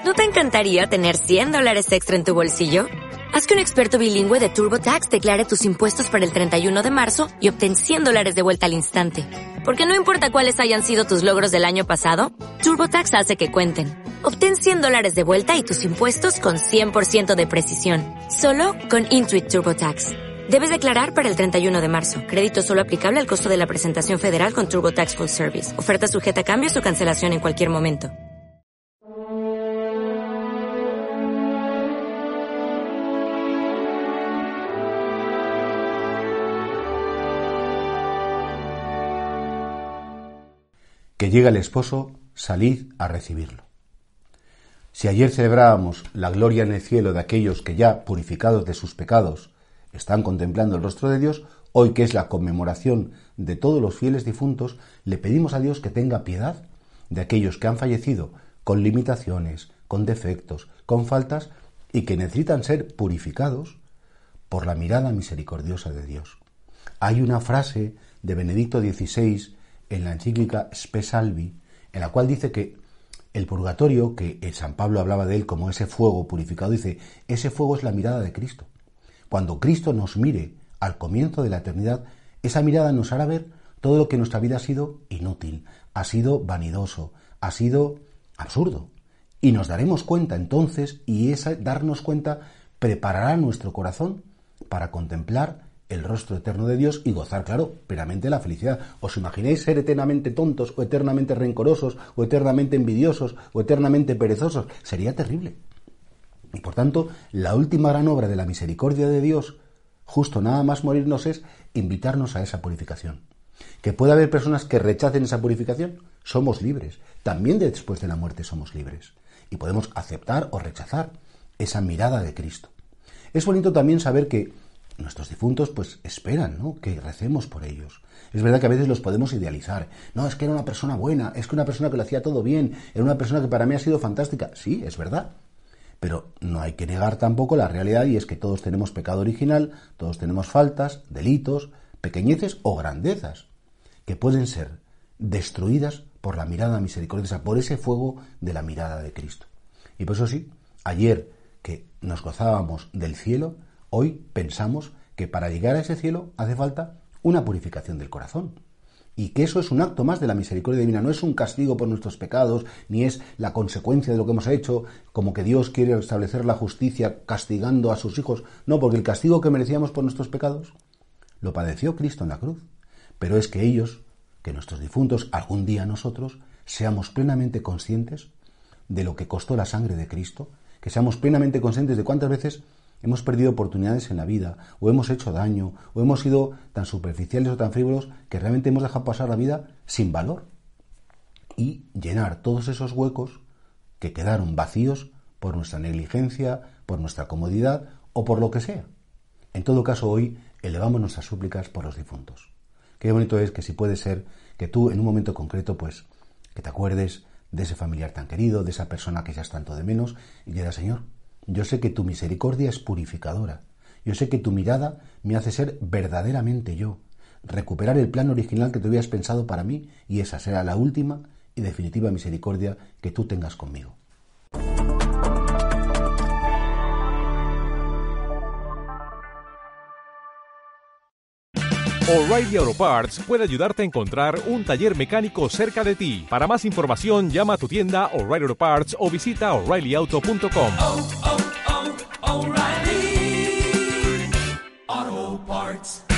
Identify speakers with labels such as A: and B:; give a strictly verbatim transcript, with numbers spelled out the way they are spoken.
A: ¿No te encantaría tener cien dólares extra en tu bolsillo? Haz que un experto bilingüe de TurboTax declare tus impuestos para el treinta y uno de marzo y obtén cien dólares de vuelta al instante. Porque no importa cuáles hayan sido tus logros del año pasado, TurboTax hace que cuenten. Obtén cien dólares de vuelta y tus impuestos con cien por ciento de precisión. Solo con Intuit TurboTax. Debes declarar para el treinta y uno de marzo. Crédito solo aplicable al costo de la presentación federal con TurboTax Full Service. Oferta sujeta a cambios o cancelación en cualquier momento.
B: Que llega el esposo, salid a recibirlo. Si ayer celebrábamos la gloria en el cielo de aquellos que ya, purificados de sus pecados, están contemplando el rostro de Dios, hoy que es la conmemoración de todos los fieles difuntos, le pedimos a Dios que tenga piedad de aquellos que han fallecido con limitaciones, con defectos, con faltas y que necesitan ser purificados por la mirada misericordiosa de Dios. Hay una frase de Benedicto dieciséis en la encíclica Spe Salvi, en la cual dice que el purgatorio, que San Pablo hablaba de él como ese fuego purificado, dice, ese fuego es la mirada de Cristo. Cuando Cristo nos mire al comienzo de la eternidad, esa mirada nos hará ver todo lo que en nuestra vida ha sido inútil, ha sido vanidoso, ha sido absurdo. Y nos daremos cuenta entonces, y ese darnos cuenta preparará nuestro corazón para contemplar el rostro eterno de Dios y gozar, claro, plenamente la felicidad. ¿Os imagináis ser eternamente tontos o eternamente rencorosos o eternamente envidiosos o eternamente perezosos? Sería terrible. Y por tanto, la última gran obra de la misericordia de Dios, justo nada más morirnos, es invitarnos a esa purificación. ¿Que puede haber personas que rechacen esa purificación? Somos libres. También después de la muerte somos libres. Y podemos aceptar o rechazar esa mirada de Cristo. Es bonito también saber que nuestros difuntos pues esperan, ¿no?, que recemos por ellos. Es verdad que a veces los podemos idealizar. No, es que era una persona buena, es que una persona que lo hacía todo bien, era una persona que para mí ha sido fantástica. Sí, es verdad. Pero no hay que negar tampoco la realidad, y es que todos tenemos pecado original, todos tenemos faltas, delitos, pequeñeces o grandezas, que pueden ser destruidas por la mirada misericordiosa, por ese fuego de la mirada de Cristo. Y por eso sí, ayer que nos gozábamos del cielo, hoy pensamos que para llegar a ese cielo hace falta una purificación del corazón. Y que eso es un acto más de la misericordia divina, no es un castigo por nuestros pecados, ni es la consecuencia de lo que hemos hecho, como que Dios quiere establecer la justicia castigando a sus hijos. No, porque el castigo que merecíamos por nuestros pecados lo padeció Cristo en la cruz. Pero es que ellos, que nuestros difuntos, algún día nosotros, seamos plenamente conscientes de lo que costó la sangre de Cristo, que seamos plenamente conscientes de cuántas veces hemos perdido oportunidades en la vida, o hemos hecho daño, o hemos sido tan superficiales o tan frívolos que realmente hemos dejado pasar la vida sin valor. Y llenar todos esos huecos que quedaron vacíos por nuestra negligencia, por nuestra comodidad o por lo que sea. En todo caso, hoy elevamos nuestras súplicas por los difuntos. Qué bonito es que si puede ser que tú en un momento concreto, pues, que te acuerdes de ese familiar tan querido, de esa persona que ya es tanto de menos, y que digas, Señor, yo sé que tu misericordia es purificadora. Yo sé que tu mirada me hace ser verdaderamente yo. Recuperar el plan original que te habías pensado para mí, y esa será la última y definitiva misericordia que tú tengas conmigo.
C: O'Reilly Auto Parts puede ayudarte a encontrar un taller mecánico cerca de ti. Para más información, llama a tu tienda O'Reilly Auto Parts o visita O'Reilly Auto punto com.
D: Oh, oh, oh, O'Reilly Auto Parts.